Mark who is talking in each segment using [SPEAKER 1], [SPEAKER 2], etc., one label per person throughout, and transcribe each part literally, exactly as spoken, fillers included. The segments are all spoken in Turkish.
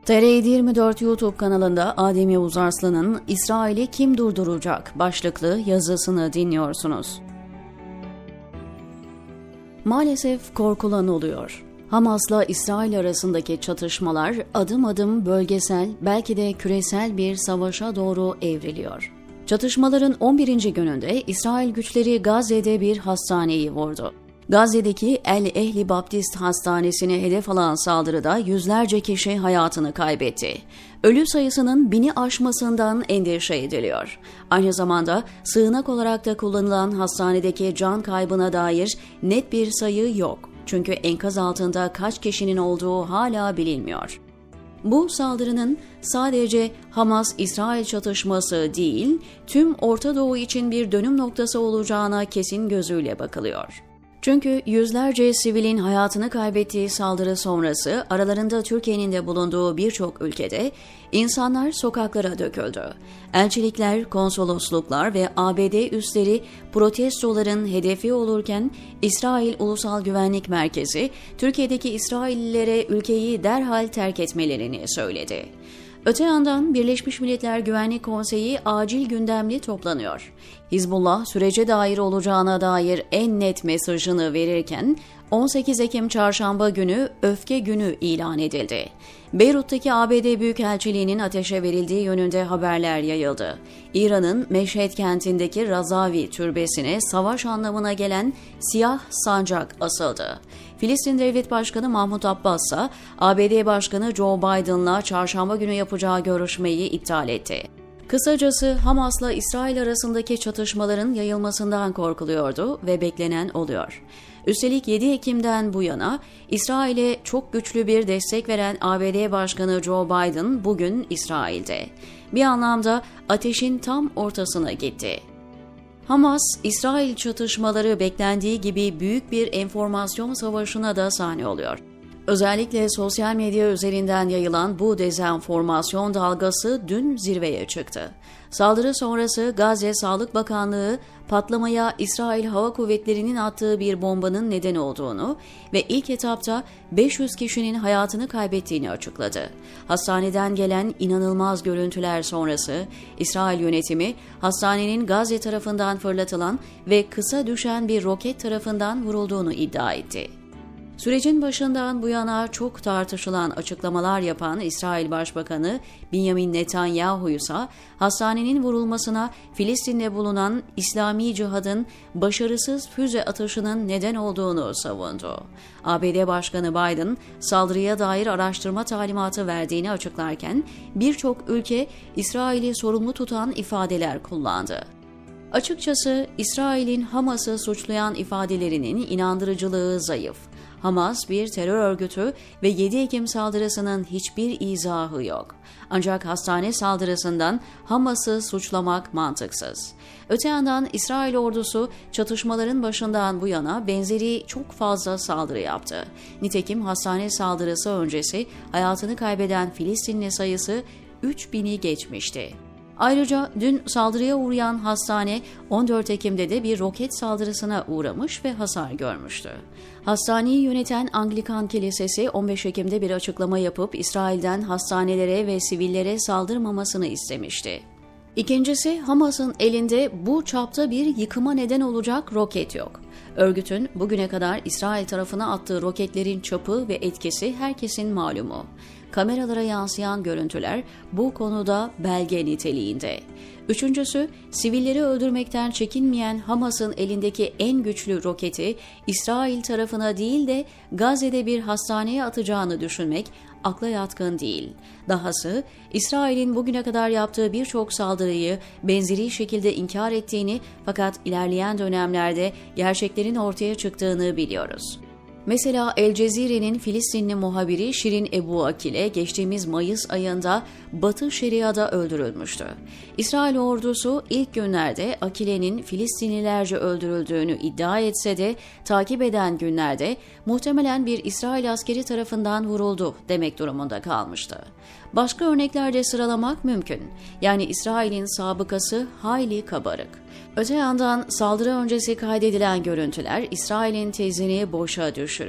[SPEAKER 1] T R yedi dört YouTube kanalında Adem Yavuz Arslan'ın "İsrail'i kim durduracak?" başlıklı yazısını dinliyorsunuz. Maalesef korkulan oluyor. Hamas'la İsrail arasındaki çatışmalar adım adım bölgesel, belki de küresel bir savaşa doğru evriliyor. Çatışmaların on birinci gününde İsrail güçleri Gazze'de bir hastaneyi vurdu. Gazze'deki El Ehli Baptist Hastanesi'ne hedef alan saldırıda yüzlerce kişi hayatını kaybetti. Ölü sayısının bini aşmasından endişe ediliyor. Aynı zamanda sığınak olarak da kullanılan hastanedeki can kaybına dair net bir sayı yok. Çünkü enkaz altında kaç kişinin olduğu hala bilinmiyor. Bu saldırının sadece Hamas-İsrail çatışması değil, tüm Orta Doğu için bir dönüm noktası olacağına kesin gözüyle bakılıyor. Çünkü yüzlerce sivilin hayatını kaybettiği saldırı sonrası aralarında Türkiye'nin de bulunduğu birçok ülkede insanlar sokaklara döküldü. Elçilikler, konsolosluklar ve A B D üsleri protestoların hedefi olurken İsrail Ulusal Güvenlik Merkezi Türkiye'deki İsraillilere ülkeyi derhal terk etmelerini söyledi. Öte yandan Birleşmiş Milletler Güvenlik Konseyi acil gündemli toplanıyor. Hizbullah sürece dair olacağına dair en net mesajını verirken on sekiz Ekim Çarşamba günü Öfke Günü ilan edildi. Beyrut'taki A B D Büyükelçiliği'nin ateşe verildiği yönünde haberler yayıldı. İran'ın Meşhed kentindeki Razavi türbesine savaş anlamına gelen siyah sancak asıldı. Filistin Devlet Başkanı Mahmut Abbas ise A B D Başkanı Joe Biden'la çarşamba günü yapacağı görüşmeyi iptal etti. Kısacası Hamas'la İsrail arasındaki çatışmaların yayılmasından korkuluyordu ve beklenen oluyor. Üstelik yedi Ekim'den bu yana İsrail'e çok güçlü bir destek veren A B D Başkanı Joe Biden bugün İsrail'de. Bir anlamda ateşin tam ortasına gitti. Hamas-İsrail çatışmaları beklendiği gibi büyük bir enformasyon savaşına da sahne oluyor. Özellikle sosyal medya üzerinden yayılan bu dezenformasyon dalgası dün zirveye çıktı. Saldırı sonrası Gazze Sağlık Bakanlığı patlamaya İsrail Hava Kuvvetleri'nin attığı bir bombanın neden olduğunu ve ilk etapta beş yüz kişinin hayatını kaybettiğini açıkladı. Hastaneden gelen inanılmaz görüntüler sonrası İsrail yönetimi hastanenin Gazze tarafından fırlatılan ve kısa düşen bir roket tarafından vurulduğunu iddia etti. Sürecin başından bu yana çok tartışılan açıklamalar yapan İsrail Başbakanı Benjamin Netanyahu ise hastanenin vurulmasına Filistin'de bulunan İslami Cihad'ın başarısız füze atışının neden olduğunu savundu. A B D Başkanı Biden saldırıya dair araştırma talimatı verdiğini açıklarken birçok ülke İsrail'i sorumlu tutan ifadeler kullandı. Açıkçası İsrail'in Hamas'ı suçlayan ifadelerinin inandırıcılığı zayıf. Hamas bir terör örgütü ve yedi Ekim saldırısının hiçbir izahı yok. Ancak hastane saldırısından Hamas'ı suçlamak mantıksız. Öte yandan İsrail ordusu çatışmaların başından bu yana benzeri çok fazla saldırı yaptı. Nitekim hastane saldırısı öncesi hayatını kaybeden Filistinli sayısı üç bini geçmişti. Ayrıca dün saldırıya uğrayan hastane on dört Ekim'de de bir roket saldırısına uğramış ve hasar görmüştü. Hastaneyi yöneten Anglikan Kilisesi on beş Ekim'de bir açıklama yapıp İsrail'den hastanelere ve sivillere saldırmamasını istemişti. İkincisi, Hamas'ın elinde bu çapta bir yıkıma neden olacak roket yok. Örgütün bugüne kadar İsrail tarafına attığı roketlerin çapı ve etkisi herkesin malumu. Kameralara yansıyan görüntüler bu konuda belge niteliğinde. Üçüncüsü, sivilleri öldürmekten çekinmeyen Hamas'ın elindeki en güçlü roketi İsrail tarafına değil de Gazze'de bir hastaneye atacağını düşünmek akla yatkın değil. Dahası İsrail'in bugüne kadar yaptığı birçok saldırıyı benzeri şekilde inkar ettiğini fakat ilerleyen dönemlerde gerçeklerin ortaya çıktığını biliyoruz. Mesela El Cezire'nin Filistinli muhabiri Şirin Ebu Akile geçtiğimiz Mayıs ayında Batı Şeria'da öldürülmüştü. İsrail ordusu ilk günlerde Akile'nin Filistinlilerce öldürüldüğünü iddia etse de takip eden günlerde muhtemelen bir İsrail askeri tarafından vuruldu demek durumunda kalmıştı. Başka örneklerde sıralamak mümkün. Yani İsrail'in sabıkası hayli kabarık. Öte yandan saldırı öncesi kaydedilen görüntüler İsrail'in tezini boşa düşürüyor.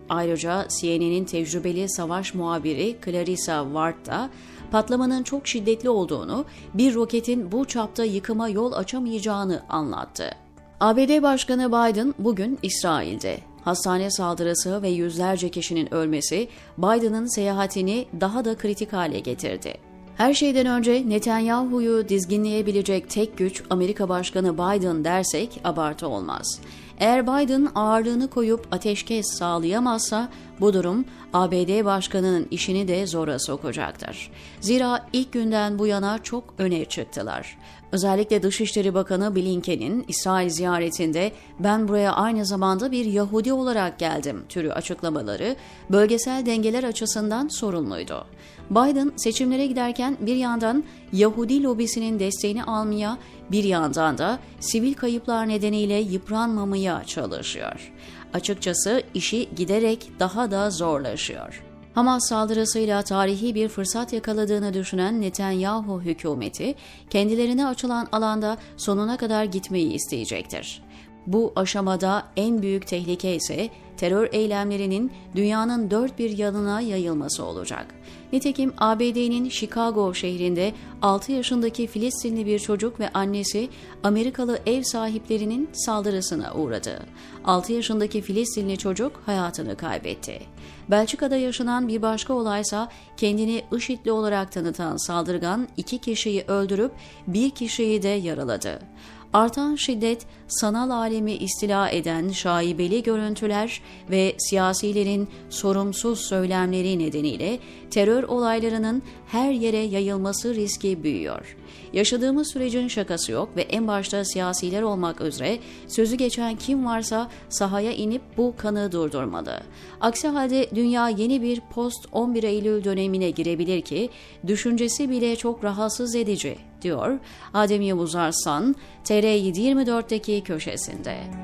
[SPEAKER 1] Ayrıca C N N'in tecrübeli savaş muhabiri Clarissa Ward da patlamanın çok şiddetli olduğunu, bir roketin bu çapta yıkıma yol açamayacağını anlattı. A B D Başkanı Biden bugün İsrail'de. Hastane saldırısı ve yüzlerce kişinin ölmesi Biden'ın seyahatini daha da kritik hale getirdi. Her şeyden önce Netanyahu'yu dizginleyebilecek tek güç Amerika Başkanı Biden dersek abartı olmaz. Eğer Biden ağırlığını koyup ateşkes sağlayamazsa bu durum A B D Başkanı'nın işini de zora sokacaktır. Zira ilk günden bu yana çok öne çıktılar. Özellikle Dışişleri Bakanı Blinken'in İsrail ziyaretinde "Ben buraya aynı zamanda bir Yahudi olarak geldim" türü açıklamaları bölgesel dengeler açısından sorunluydu. Biden seçimlere giderken bir yandan Yahudi lobisinin desteğini almaya, bir yandan da sivil kayıplar nedeniyle yıpranmamaya çalışıyor. Açıkçası işi giderek daha da zorlaşıyor. Hamas saldırısıyla tarihi bir fırsat yakaladığını düşünen Netanyahu hükümeti, kendilerine açılan alanda sonuna kadar gitmeyi isteyecektir. Bu aşamada en büyük tehlike ise terör eylemlerinin dünyanın dört bir yanına yayılması olacak. Nitekim A B D'nin Chicago şehrinde altı yaşındaki Filistinli bir çocuk ve annesi Amerikalı ev sahiplerinin saldırısına uğradı. altı yaşındaki Filistinli çocuk hayatını kaybetti. Belçika'da yaşanan bir başka olaysa kendini IŞİD'li olarak tanıtan saldırgan iki kişiyi öldürüp bir kişiyi de yaraladı. Artan şiddet, sanal alemi istila eden şaibeli görüntüler ve siyasilerin sorumsuz söylemleri nedeniyle terör olaylarının her yere yayılması riski büyüyor. Yaşadığımız sürecin şakası yok ve en başta siyasiler olmak üzere sözü geçen kim varsa sahaya inip bu kanı durdurmalı. Aksi halde dünya yeni bir post on bir Eylül dönemine girebilir ki düşüncesi bile çok rahatsız edici, diyor Adem Yavuz Arslan T R yedi yirmi dört'teki köşesinde.